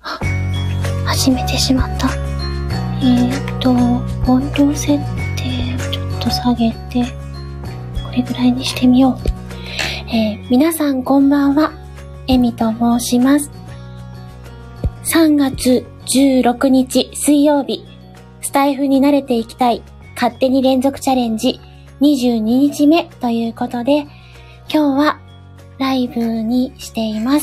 始めてしまった。音量設定をちょっと下げて、これぐらいにしてみよう。皆さんこんばんは。エミと申します。3月16日水曜日、スタイフに慣れていきたい、勝手に連続チャレンジ22日目ということで、今日はライブにしています。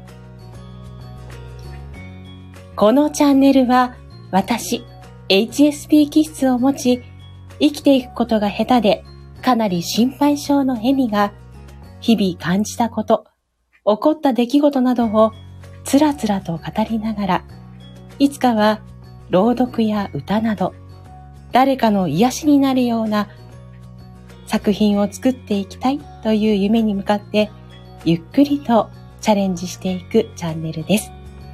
このチャンネルは私、HSP 気質を持ち、生きていくことが下手でかなり心配性のエミが、日々感じたこと、起こった出来事などをつらつらと語りながら、いつかは朗読や歌など、誰かの癒しになるような作品を作っていきたいという夢に向かって、ゆっくりとチャレンジしていくチャンネルです。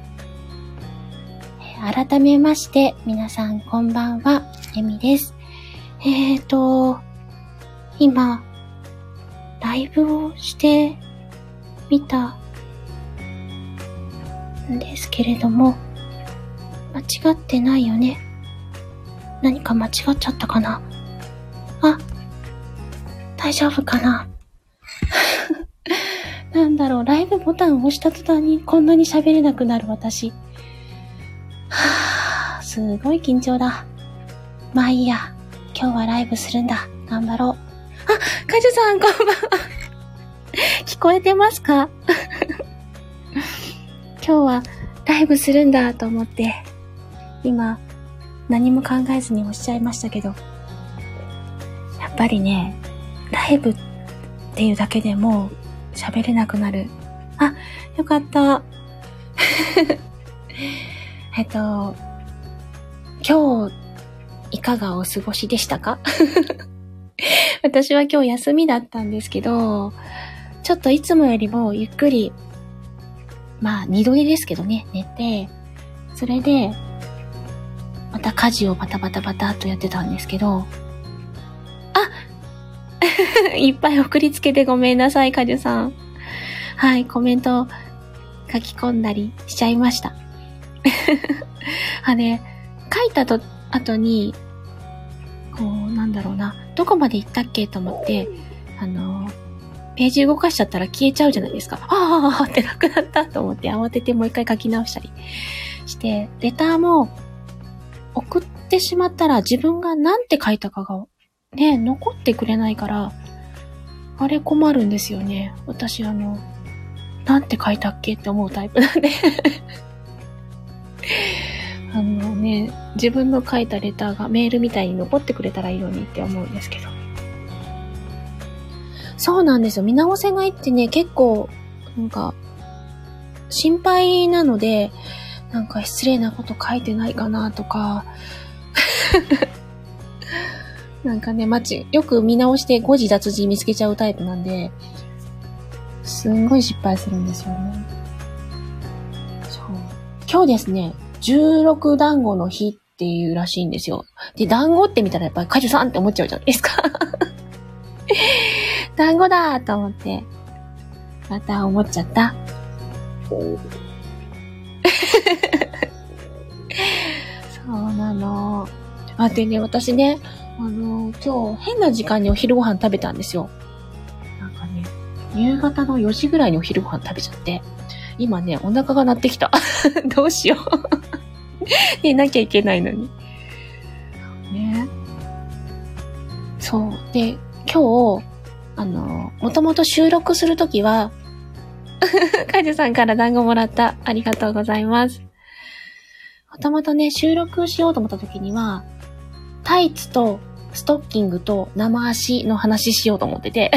改めまして、皆さんこんばんは、エミです。今、ライブをしてみたんですけれども、間違ってないよね。何か間違っちゃったかな。大丈夫かな。なんだろう、ライブボタンを押した途端にこんなに喋れなくなる私。すごい緊張だ。まあいいや。今日はライブするんだ。頑張ろう。カジュさんこんばんは。聞こえてますか？今日はライブするんだと思って、今何も考えずに押しちゃいましたけど、やっぱりね、ライブっていうだけでもう喋れなくなる。よかった。今日いかがお過ごしでしたか？私は今日休みだったんですけど、ちょっといつもよりもゆっくり、二度寝ですけどね、寝て、それでまた家事をバタバタっとやってたんですけど、いっぱい送りつけてごめんなさい、カジュさん。はい、コメント書き込んだりしちゃいました。書いた後に、どこまで行ったっけと思って、ページ動かしちゃったら消えちゃうじゃないですか。ってなくなったと思って慌ててもう一回書き直したりして、レターも送ってしまったら自分が何て書いたかがね、残ってくれないから、あれ困るんですよね。私なんて書いたっけって思うタイプなんで。自分の書いたレターがメールみたいに残ってくれたらいいのにって思うんですけど。そうなんですよ。見直せないってね、結構、心配なので、失礼なこと書いてないかなとか、よく見直して誤字脱字見つけちゃうタイプなんで、すんごい失敗するんですよね。そう。今日ですね、16団子の日っていうらしいんですよ。で、団子って見たらやっぱりカジュさんって思っちゃうじゃないですか。団子だーと思って、また思っちゃった。そうなの。でね、私ね、今日変な時間にお昼ご飯食べたんですよ。夕方の4時ぐらいにお昼ご飯食べちゃって、今ね、お腹が鳴ってきた。どうしよう。寝なきゃいけないのに。ね。そう。で、今日、もともと収録するときは、カジュさんから団子もらった。ありがとうございます。もともとね、収録しようと思ったときには、タイツとストッキングと生足の話しようと思ってて。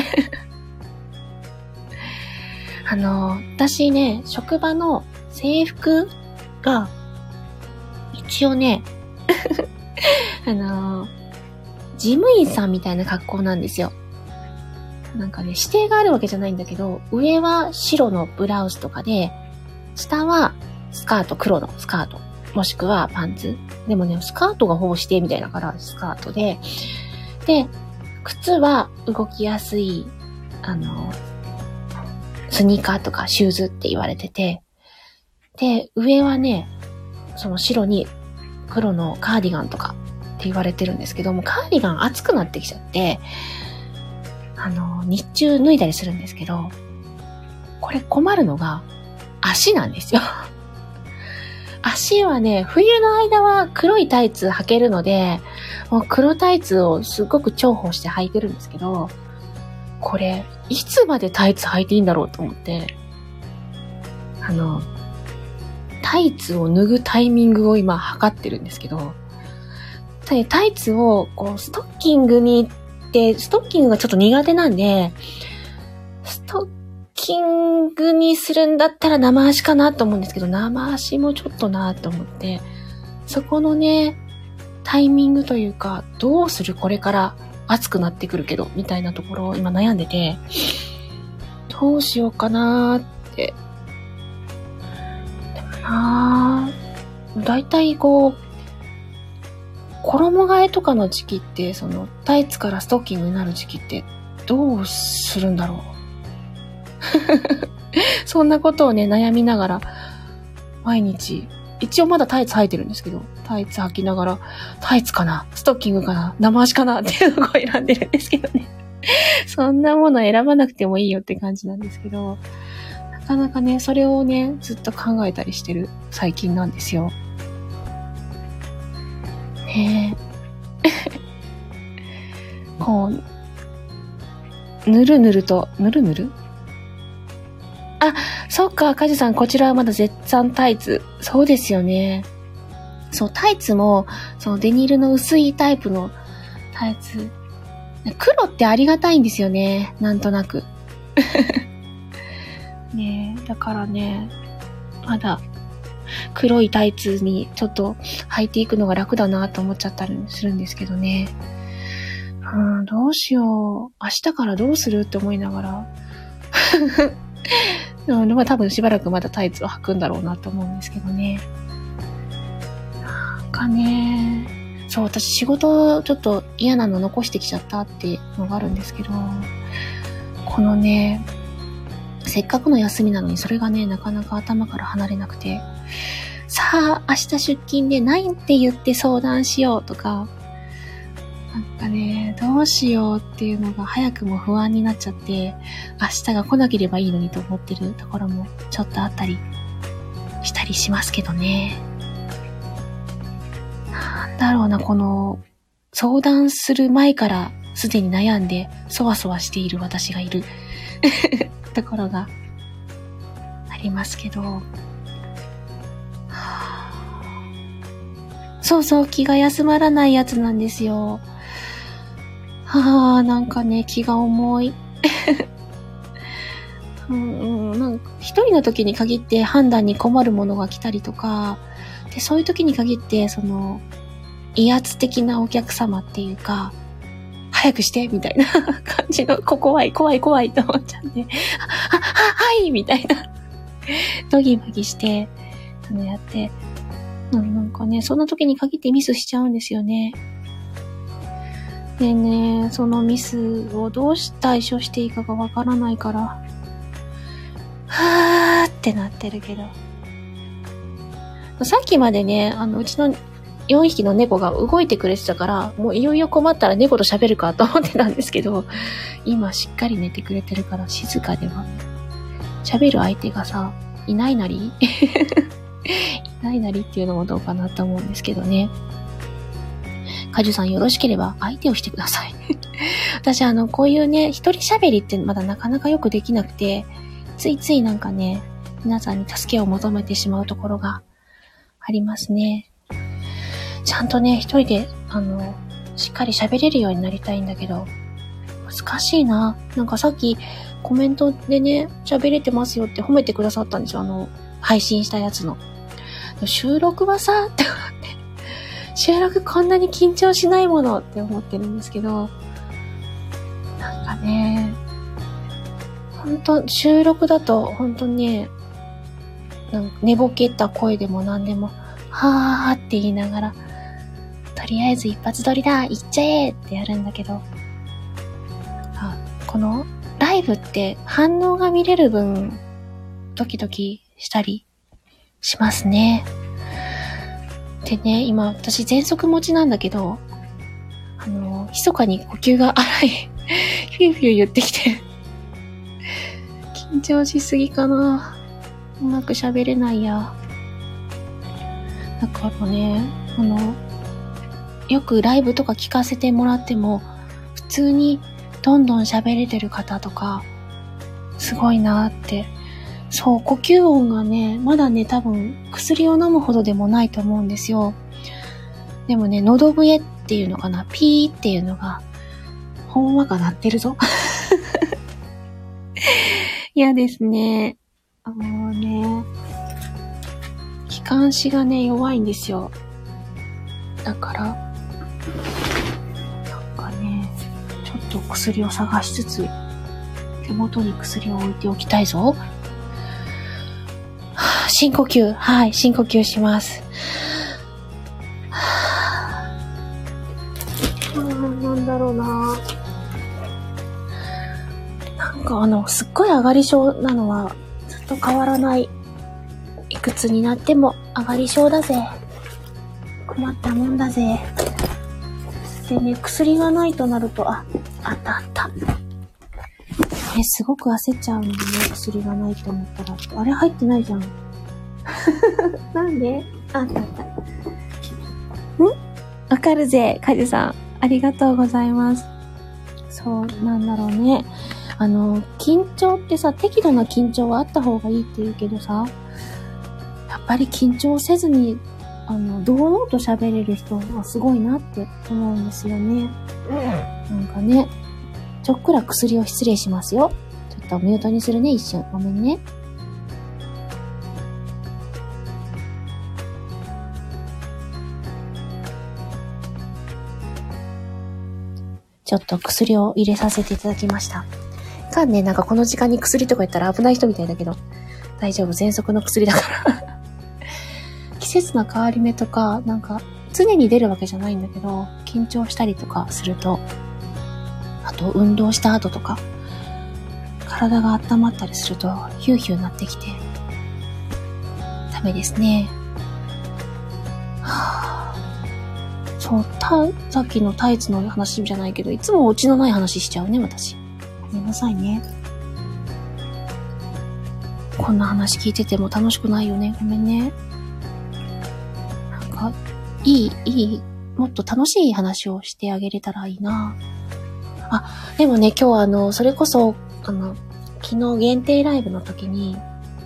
私ね、職場の制服が、一応ね、事務員さんみたいな格好なんですよ。指定があるわけじゃないんだけど、上は白のブラウスとかで、下はスカート、黒のスカート、もしくはパンツ。でもね、スカートがほぼ指定みたいだから、スカートで、で、靴は動きやすい、スニーカーとかシューズって言われてて、 で、上はね、その白に黒のカーディガンとかって言われてるんですけども、カーディガン暑くなってきちゃって、日中脱いだりするんですけど、これ困るのが足なんですよ。足はね、冬の間は黒いタイツ履けるので、もう黒タイツをすごく重宝して履いてるんですけど、これ、いつまでタイツ履いていいんだろうと思って、タイツを脱ぐタイミングを今測ってるんですけど、タイツをこうストッキングに行って、ストッキングがちょっと苦手なんで、ストッキングにするんだったら生足かなと思うんですけど、生足もちょっとなと思って、そこのね、タイミングというか、どうするこれから暑くなってくるけど、みたいなところを今悩んでて、どうしようかなーって。でもなー、だいたいこう、衣替えとかの時期って、そのタイツからストッキングになる時期ってどうするんだろう。そんなことをね、悩みながら、毎日、一応まだタイツ履いてるんですけど、タイツ履きながら、タイツかなストッキングかな生足かなっていうのを選んでるんですけどね。そんなもの選ばなくてもいいよって感じなんですけど、なかなかね、それをね、ずっと考えたりしてる最近なんですよ。ねえ。こう、ぬるぬると、ぬるぬるあ、そっか、カジさん、こちらはまだ絶賛タイツ。そうですよね。そう、タイツも、そのデニールの薄いタイプのタイツ。黒ってありがたいんですよね。なんとなく。ねえ、だからね、まだ、黒いタイツにちょっと履いていくのが楽だなと思っちゃったりするんですけどね。どうしよう。明日からどうするって思いながら。まあ多分しばらくまだタイツを履くんだろうなと思うんですけどね。なんかね、そう、私仕事ちょっと嫌なの残してきちゃったっていうのがあるんですけど、このね、せっかくの休みなのにそれがね、なかなか頭から離れなくて、さあ、明日出勤でないって言って相談しようとか、なんかね、どうしようっていうのが早くも不安になっちゃって、明日が来なければいいのにと思ってるところもちょっとあったりしたりしますけどね。なんだろうな、この相談する前からすでに悩んでそわそわしている私がいるところがありますけど、そうそう、気が休まらないやつなんですよ。なんかね、気が重い。なんか一人の時に限って判断に困るものが来たりとか、で、そういう時に限って、その、威圧的なお客様っていうか、早くしてみたいな感じの、怖いと思っちゃうんで、はいみたいな。ドギマギして、やって、なんかね、そんな時に限ってミスしちゃうんですよね。でね、そのミスをどう対処していいかがわからないから、はーってなってるけど。さっきまでね、うちの4匹の猫が動いてくれてたから、もういよいよ困ったら猫と喋るかと思ってたんですけど、今しっかり寝てくれてるから静かでは。喋る相手がさ、いないなりいないなりっていうのもどうかなと思うんですけどね。カジュさんよろしければ相手をしてください。私こういうね、一人喋りってまだなかなかよくできなくて、ついついなんかね、皆さんに助けを求めてしまうところがありますね。ちゃんとね、一人で、しっかり喋れるようになりたいんだけど、難しいな。なんかさっきコメントでね、喋れてますよって褒めてくださったんですよ。配信したやつの。収録はさ、って思って。収録こんなに緊張しないものって思ってるんですけど、なんかね、収録だと本当にね、なんか寝ぼけた声でも何でも、はーって言いながら、とりあえず一発撮りだ、行っちゃえってやるんだけど、このライブって反応が見れる分、ドキドキしたりしますね。でね、今私喘息持ちなんだけど、密かに呼吸が荒い、フィューフュー言ってきて、緊張しすぎかな。うまく喋れないや。だからね、よくライブとか聞かせてもらっても、普通にどんどん喋れてる方とか、すごいなって。そう、呼吸音がね、まだね、多分薬を飲むほどでもないと思うんですよ。でもね、喉笛っていうのかな、ピーっていうのが、ほんわか鳴ってるぞ。嫌ですね。もうね、気管支がね、弱いんですよ。だから、なんかね、ちょっと薬を探しつつ、手元に薬を置いておきたいぞ。深呼吸。はい、深呼吸します。なんだろうな。なんかすっごい上がり症なのはずっと変わらない。いくつになっても上がり症だぜ。困ったもんだぜ。でね、薬がないとなると、あったあった。すごく焦っちゃうんでね、薬がないと思ったら、あれ入ってないじゃん。なんで？あったあった。わかるぜ、カジさん。ありがとうございます。そう、なんだろうね。緊張ってさ、適度な緊張はあった方がいいって言うけどさ、やっぱり緊張せずに、堂々と喋れる人はすごいなって思うんですよね。なんかね、ちょっくら薬を失礼しますよ。ちょっとミュートにするね、一瞬。ごめんね。ちょっと薬を入れさせていただきました。なんかこの時間に薬とか言ったら危ない人みたいだけど、大丈夫、喘息の薬だから。季節の変わり目とか、なんか常に出るわけじゃないんだけど、緊張したりとかすると、あと運動した後とか、体が温まったりするとヒューヒューなってきて、ダメですね。そう、さっきのタイツの話じゃないけど、いつもオチのない話しちゃうね、私。ごめんなさいね。こんな話聞いてても楽しくないよね。ごめんね。なんか、もっと楽しい話をしてあげれたらいいな。でもね、今日それこそ、昨日限定ライブの時に、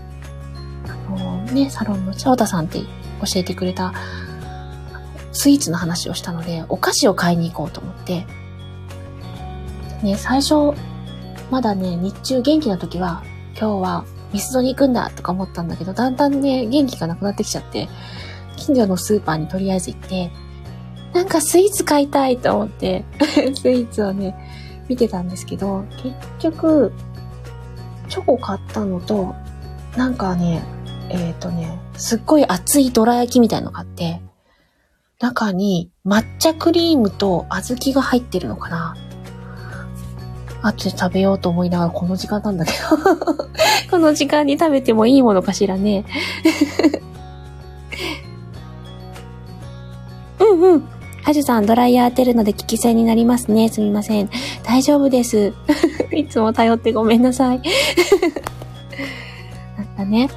サロンの翔太さんって教えてくれた、スイーツの話をしたので、お菓子を買いに行こうと思って、ね、最初、まだね、日中元気な時は、今日はミスドに行くんだとか思ったんだけど、だんだんね、元気がなくなってきちゃって、近所のスーパーにとりあえず行って、なんかスイーツ買いたいと思って、スイーツをね、見てたんですけど、結局、チョコ買ったのと、なんかね、すっごい熱いどら焼きみたいなの買って、中に抹茶クリームと小豆が入ってるのかな。後で食べようと思いながらこの時間なんだけど。この時間に食べてもいいものかしらね。うん。はじさん、ドライヤー当てるので聞き戦になりますね。すみません。大丈夫です。いつも頼ってごめんなさい。なんかね、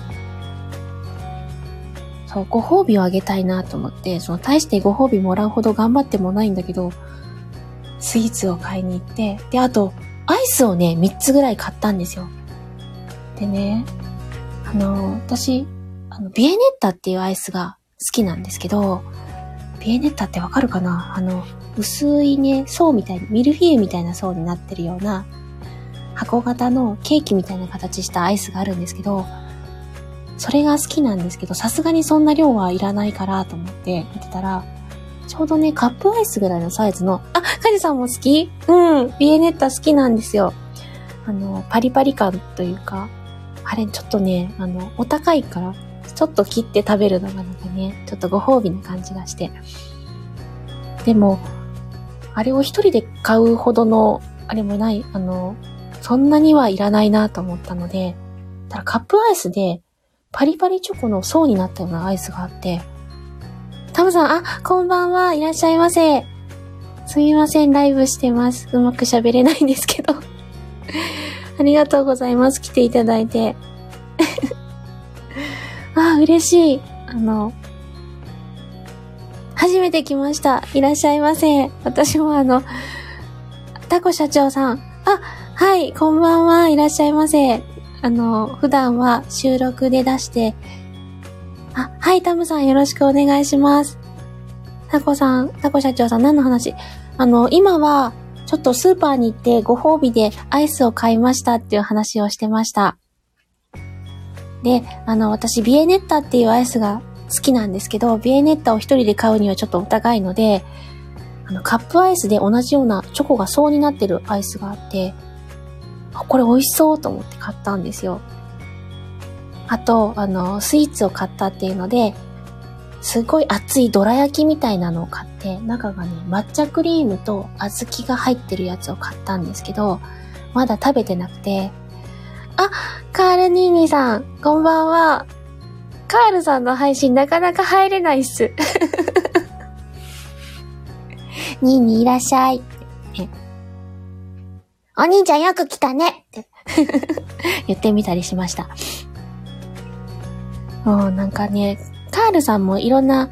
ご褒美をあげたいなと思って、大してご褒美もらうほど頑張ってもないんだけど、スイーツを買いに行って、で、あと、アイスをね、3つぐらい買ったんですよ。でね、私、ビエネッタっていうアイスが好きなんですけど、ビエネッタってわかるかな？薄いね、層みたいに、ミルフィーユみたいな層になってるような、箱型のケーキみたいな形したアイスがあるんですけど、それが好きなんですけど、さすがにそんな量はいらないからと思って見てたら、ちょうどね、カップアイスぐらいのサイズの、カジさんも好き？ビエネッタ好きなんですよ。パリパリ感というか、あれちょっとね、お高いから、ちょっと切って食べるのがなんかね、ちょっとご褒美な感じがして。でも、あれを一人で買うほどの、あれもない、そんなにはいらないなと思ったので、ただカップアイスで、 パリパリチョコの層になったようなアイスがあって、タムさん、こんばんは、いらっしゃいませ。すみません、ライブしてます。うまく喋れないんですけど。ありがとうございます、来ていただいて。嬉しい。初めて来ました。いらっしゃいませ。私もタコ社長さん。はい、こんばんは、いらっしゃいませ。普段は収録で出して、はい、タムさんよろしくお願いします。タコ社長さん何の話？今は、ちょっとスーパーに行ってご褒美でアイスを買いましたっていう話をしてました。で、私ビエネッタっていうアイスが好きなんですけど、ビエネッタを一人で買うにはちょっとお高いので、カップアイスで同じようなチョコが層になってるアイスがあって、これ美味しそうと思って買ったんですよ。あと、スイーツを買ったっていうので、すごい熱いどら焼きみたいなのを買って、中がね、抹茶クリームと小豆が入ってるやつを買ったんですけど、まだ食べてなくて、カールニーニーさん、こんばんは。カールさんの配信なかなか入れないっす。ニーニーいらっしゃい。お兄ちゃんよく来たねって言ってみたりしました。なんかね、カールさんもいろんな、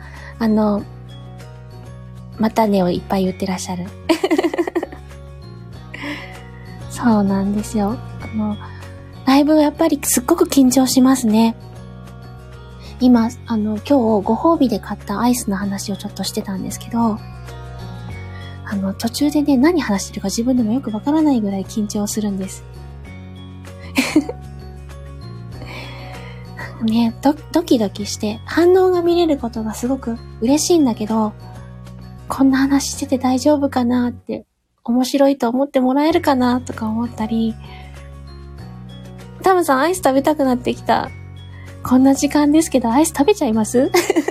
またねをいっぱい言ってらっしゃる。そうなんですよ。ライブやっぱりすっごく緊張しますね。今、今日ご褒美で買ったアイスの話をちょっとしてたんですけど、途中でね、何話してるか自分でもよくわからないぐらい緊張するんです。ね、ドキドキして反応が見れることがすごく嬉しいんだけど、こんな話してて大丈夫かなって、面白いと思ってもらえるかなとか思ったり、タムさんアイス食べたくなってきた。こんな時間ですけどアイス食べちゃいます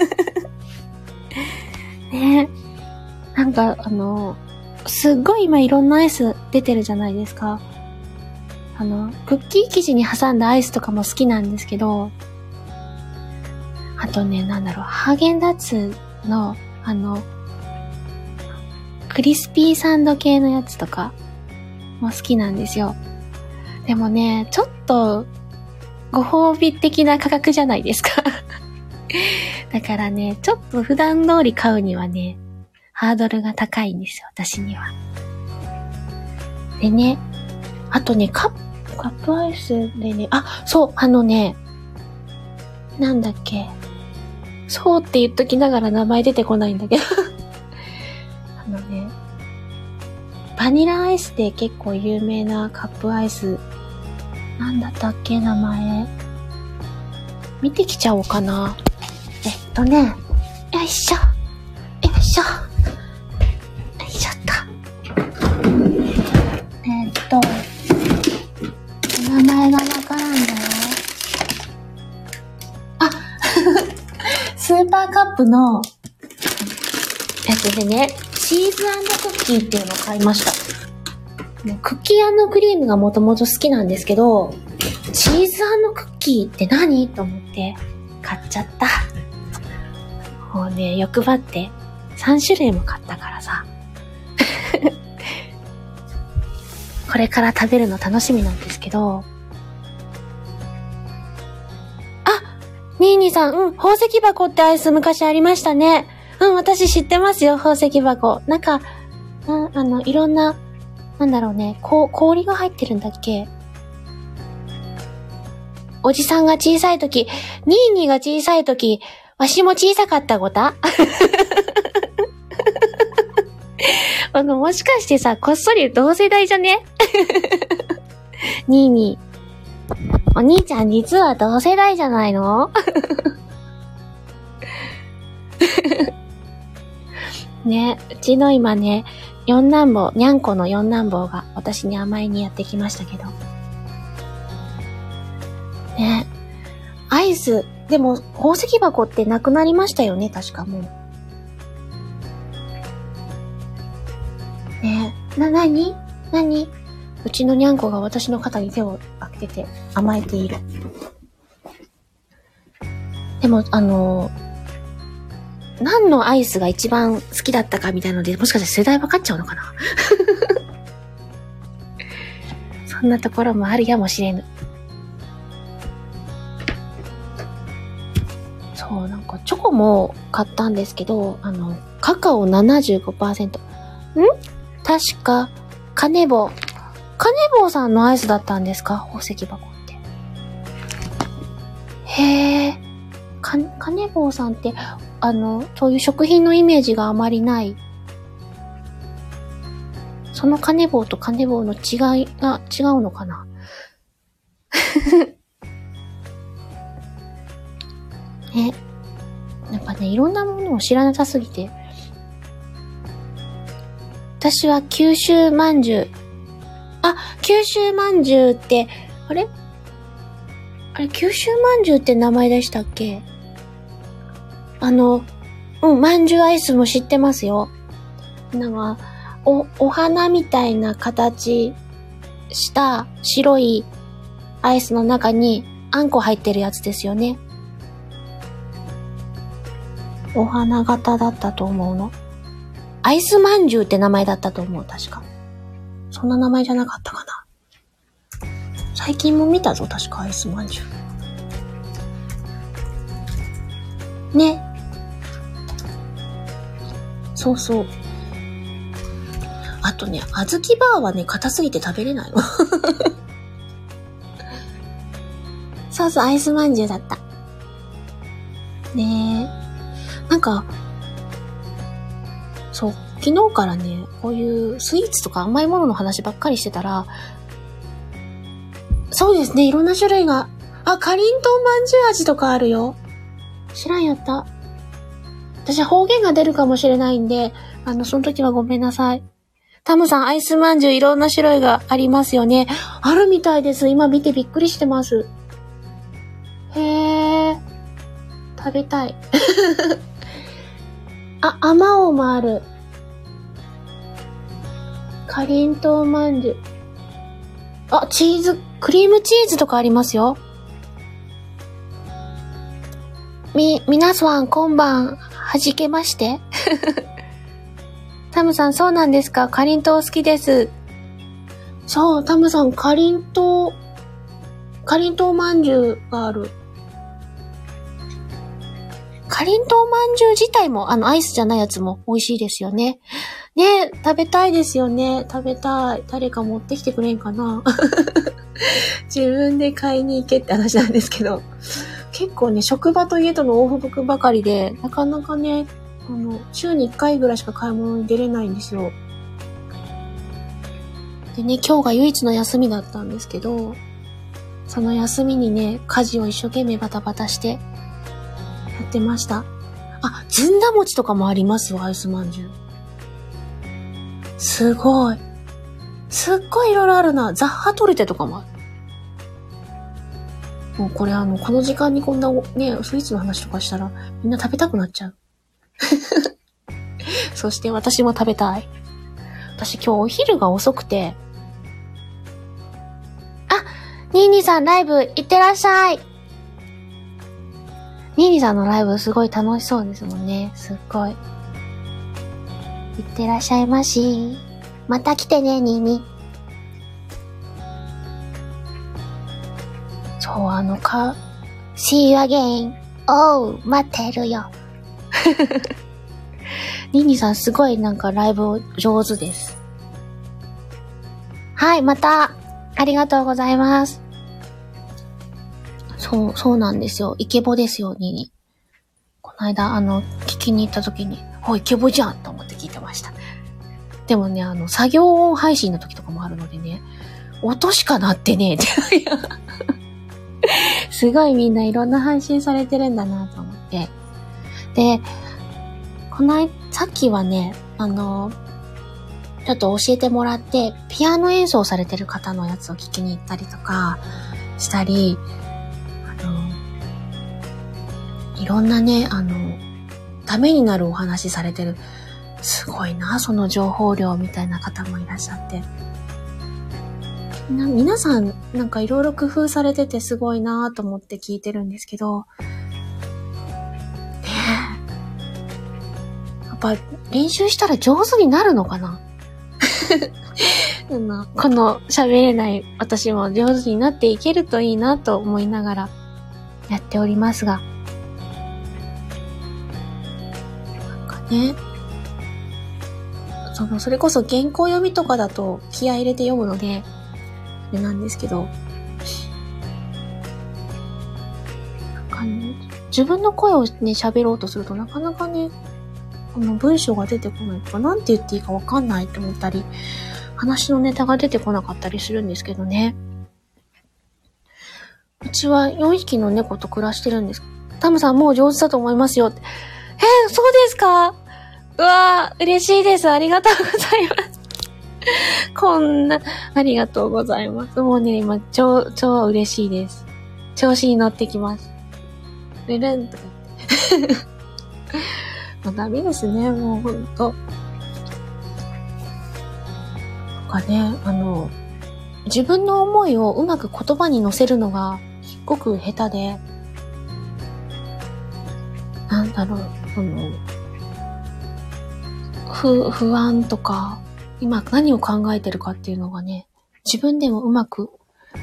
ね。なんかすっごい今いろんなアイス出てるじゃないですか。クッキー生地に挟んだアイスとかも好きなんですけど、あとね、ハーゲンダッツのクリスピーサンド系のやつとかも好きなんですよ。でもね、ちょっとご褒美的な価格じゃないですか。だからね、ちょっと普段通り買うにはね、ハードルが高いんですよ、私には。でね、あとね、カップアイスでね、そう、なんだっけ。そうって言っときながら名前出てこないんだけど。バニラアイスで結構有名なカップアイス。なんだったっけ、名前。見てきちゃおうかな。よいしょ。よいしょ。よいしょっと。名前がわからんだよ。スーパーカップのやつでね、チーズ&クッキーっていうのを買いました。クッキー&クリームがもともと好きなんですけど、チーズ&クッキーって何？と思って買っちゃった。もうね、欲張って3種類も買ったからさ。これから食べるの楽しみなんですけど。ニーニーさん、宝石箱ってアイス昔ありましたね。私知ってますよ、宝石箱。なんか、いろんな、氷が入ってるんだっけ？おじさんが小さいとき、ニーニーが小さいとき、わしも小さかったごたもしかしてさ、こっそり同世代じゃねニーニー。お兄ちゃん実は同世代じゃないのね、うちの今ね、四男坊、にゃんこの四男坊が私に甘えにやってきましたけど。ね、アイス、でも宝石箱ってなくなりましたよね、確かもう。ね、なにうちのにゃんこが私の肩に手を当てて甘えている。 でも、何のアイスが一番好きだったかみたいなので、もしかして世代分かっちゃうのかなそんなところもあるやもしれぬ。そう、なんかチョコも買ったんですけど、カカオ 75%。確か、カネボウさんのアイスだったんですか？宝石箱って。へー。カネボウさんって、そういう食品のイメージがあまりない。そのカネボウとカネボウの違いが違うのかなね。なんかね、いろんなものを知らなさすぎて。私は九州まんじゅう。九州まんじゅうって、あれ九州まんじゅうって名前でしたっけ？まんじゅうアイスも知ってますよ。なんか、お花みたいな形した白いアイスの中にあんこ入ってるやつですよね。お花型だったと思うの。アイスまんじゅうって名前だったと思う、確か。そんな名前じゃなかったかな。最近も見たぞ、確かアイスまんじゅう。ね。そうそう。あとね、あずきバーはね、硬すぎて食べれないの。そうそう、アイスまんじゅうだった。ねえ。なんか、そう、昨日からね、こういうスイーツとか甘いものの話ばっかりしてたら、そうですね、いろんな種類が、かりんとうまんじゅう味とかあるよ。知らんやった。私は方言が出るかもしれないんで、その時はごめんなさい。タムさん、アイスまんじゅういろんな種類がありますよね。あるみたいです。今見てびっくりしてます。へー。食べたい。あまおうもある。かりんとうまんじゅう。チーズ、クリームチーズとかありますよ。皆さん、こんばん、はじけまして。タムさん、そうなんですか？かりんとう好きです。そう、タムさん、かりんとうまんじゅうがある。かりんとうまんじゅう自体も、アイスじゃないやつも美味しいですよね。ね、食べたいですよね。食べたい。誰か持ってきてくれんかな自分で買いに行けって話なんですけど。結構ね、職場と家との往復ばかりで、なかなかね、週に1回ぐらいしか買い物に出れないんですよ。でね、今日が唯一の休みだったんですけど、その休みにね、家事を一生懸命バタバタしてやってました。ずんだ餅とかもありますよ、アイスまんじゅう。すごい。すっごいいろいろあるな。ザッハトルテとかもある。もうこれこの時間にこんなね、スイーツの話とかしたらみんな食べたくなっちゃう。そして私も食べたい。私今日お昼が遅くて。ニーニーさんライブ行ってらっしゃい。ニーニーさんのライブすごい楽しそうですもんね。すっごい。行ってらっしゃいまし。また来てね、ニーニー。そう、See you again. 待ってるよ。ニーニーさんすごいなんかライブ上手です。はい、また、ありがとうございます。そうなんですよ。イケボですよ、ニーニー。この間、聞きに行った時に、イケボじゃんと思って聞いてました。でもね、作業音配信の時とかもあるのでね、音しか鳴ってねえって。すごいみんないろんな配信されてるんだなと思って。で、さっきはね、ちょっと教えてもらって、ピアノ演奏されてる方のやつを聞きに行ったりとかしたり、いろんなね、ためになるお話されてる。すごいな、その情報量みたいな方もいらっしゃって。皆さんなんかいろいろ工夫されててすごいなと思って聞いてるんですけど、 ぱ練習したら上手になるのかなこの喋れない私も上手になっていけるといいなと思いながらやっておりますが。なんかね、それこそ原稿読みとかだと気合い入れて読むので、あれなんですけど、なんかね、自分の声をね、喋ろうとするとなかなかね、文章が出てこないとか、なんて言っていいかわかんないって思ったり、話のネタが出てこなかったりするんですけどね。うちは4匹の猫と暮らしてるんです。タムさんもう上手だと思いますよって。そうですか？うわー、嬉しいです。ありがとうございます。こんな、ありがとうございます。もうね、今、超嬉しいです。調子に乗ってきます。ルルンとか言って。もうダメですね、もうほんと。なんかね、自分の思いをうまく言葉に乗せるのが、すっごく下手で、なんだろう、不安とか、今何を考えてるかっていうのがね、自分でもうまく、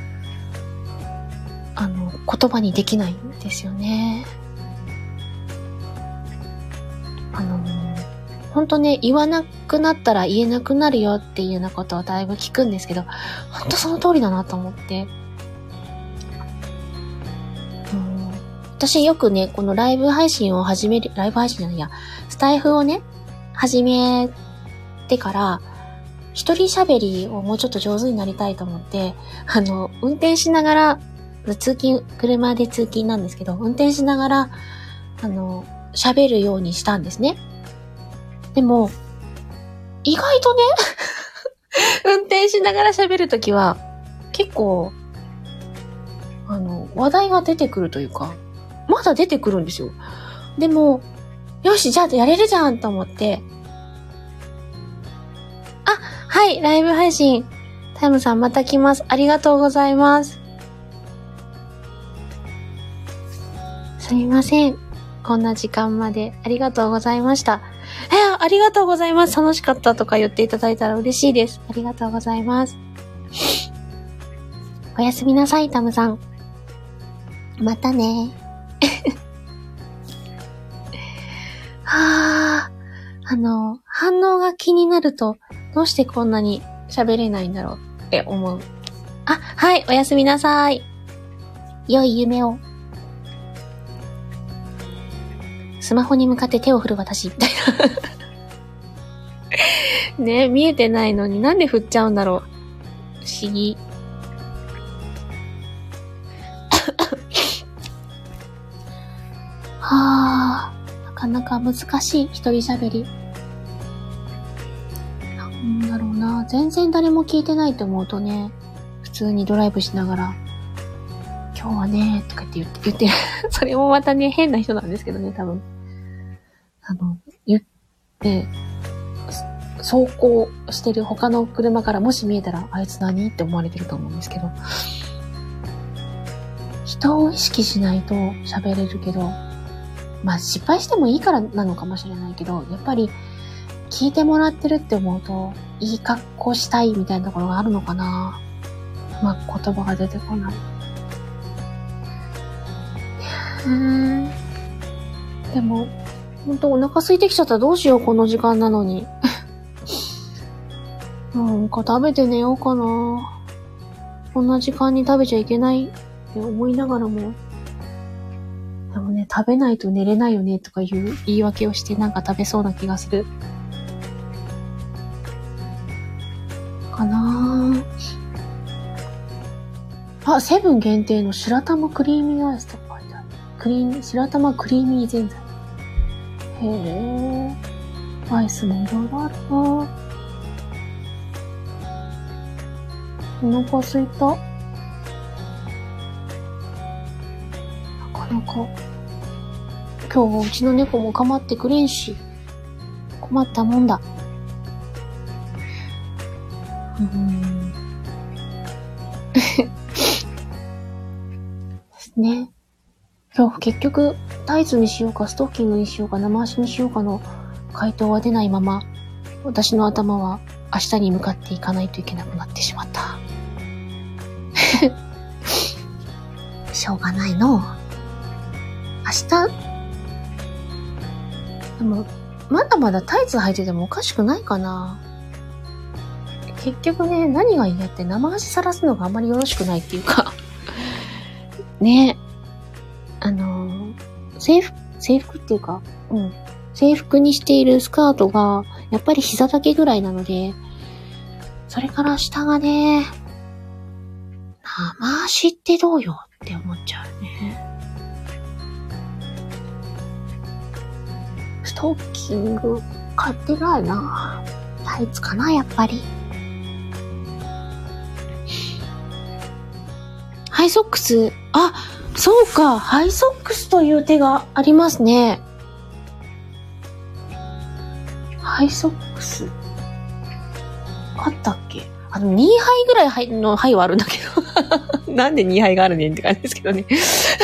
言葉にできないんですよね。ほんとね、言わなくなったら言えなくなるよっていうようなことをだいぶ聞くんですけど、ほんとその通りだなと思って。私よくね、このライブ配信じゃないや、スタイフをね、始めてから、一人喋りをもうちょっと上手になりたいと思って、運転しながら、車で通勤なんですけど、運転しながら、喋るようにしたんですね。でも、意外とね、運転しながら喋るときは、結構、話題が出てくるというか、まだ出てくるんですよ。でも、よし、じゃあやれるじゃんと思って、はい、ライブ配信、タイムさんまた来ます。ありがとうございます。すみません。こんな時間までありがとうございました。ありがとうございます。楽しかったとか言っていただいたら嬉しいです。ありがとうございます。おやすみなさい、タムさん。またね。反応が気になると、どうしてこんなに喋れないんだろうって思う。はい、おやすみなさい。良い夢を。スマホに向かって手を振る私、みたいな。ね、見えてないのになんで振っちゃうんだろう。不思議。なかなか難しい一人喋り。なんだろうな。全然誰も聞いてないと思うとね、普通にドライブしながら、今日はね、とか言って、それもまたね、変な人なんですけどね、多分。言って、走行してる他の車からもし見えたら、あいつ何って思われてると思うんですけど、人を意識しないと喋れるけど、まあ失敗してもいいからなのかもしれないけど、やっぱり聞いてもらってるって思うと、いい格好したいみたいなところがあるのかな。まあ言葉が出てこない。でも、ほんとお腹空いてきちゃったらどうしよう、この時間なのに。なんか食べて寝ようかな。こんな時間に食べちゃいけないって思いながらも。でもね、食べないと寝れないよねとかいう言い訳をしてなんか食べそうな気がする。かなぁ。セブン限定の白玉クリーミーアイスとか書いてある。白玉クリーミーぜんざい。へぇー。アイスもいろいろあるなぁ。お腹すいた。なかなか。今日はうちの猫も構ってくれんし。困ったもんだ。ですね。今日結局タイツにしようかストッキングにしようか生足にしようかの回答は出ないまま、私の頭は明日に向かっていかないといけなくなってしまった。しょうがないの。明日、でも、まだまだタイツ履いててもおかしくないかな。結局ね、何が嫌って生足さらすのがあんまりよろしくないっていうか。ね。制服っていうか、制服にしているスカートが、やっぱり膝丈ぐらいなので、それから下がね、生足ってどうよって思っちゃうね。ストッキング買ってないな。タイツかな、やっぱり。ハイソックス、そうか、ハイソックスという手がありますね。ハイソックス。あったっけ2杯ぐらいの杯はあるんだけど。なんで2杯があるねんって感じですけどね。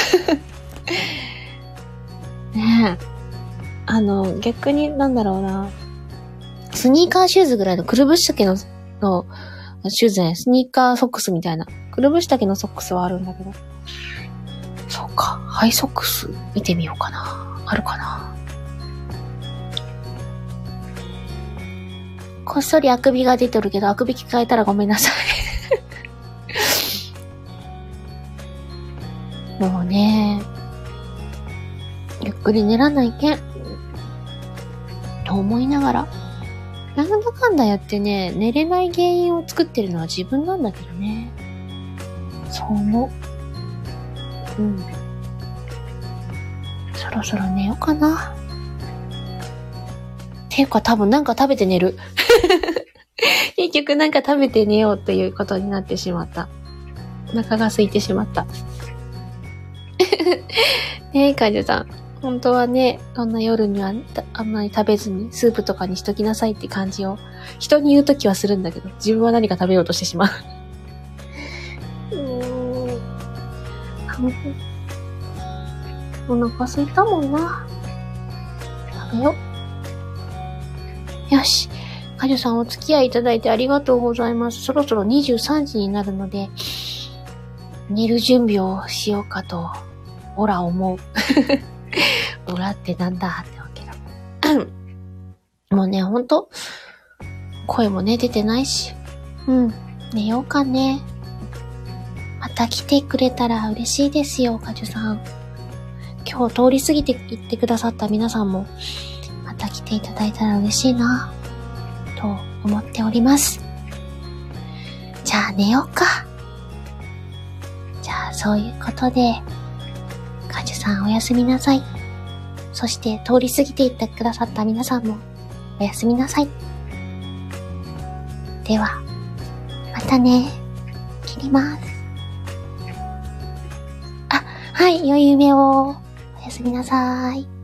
ねえ。逆になんだろうな。スニーカーシューズぐらいのくるぶし丈のシューズじゃない、スニーカーソックスみたいな。くるぶし丈のソックスはあるんだけど。そうか。ハイソックス見てみようかな。あるかな。こっそりあくびが出てるけど、あくび聞かれたらごめんなさい。もうね、ゆっくり寝らないけん。と思いながら、なんだかんだやってね、寝れない原因を作ってるのは自分なんだけどね。そう思う。そろそろ寝ようかな。っていうか多分なんか食べて寝る。結局なんか食べて寝ようということになってしまった。お腹が空いてしまった。ねえ、カジュさん。本当はね、そんな夜にはあんまり食べずにスープとかにしときなさいって感じを人に言うときはするんだけど、自分は何か食べようとしてしまう。お腹空いたもんな。食べよ。よし。カジュさんお付き合いいただいてありがとうございます。そろそろ23時になるので、寝る準備をしようかと、オラ思う。オラってなんだってわけだ。もうね、ほんと、声もね、出てないし。寝ようかね。また来てくれたら嬉しいですよ、カジュさん。今日通り過ぎて行ってくださった皆さんも、また来ていただいたら嬉しいな、と思っております。じゃあ寝ようか。じゃあそういうことで、カジュさんおやすみなさい。そして通り過ぎていってくださった皆さんもおやすみなさい。では、またね。切ります。はい、良い夢を。おやすみなさい。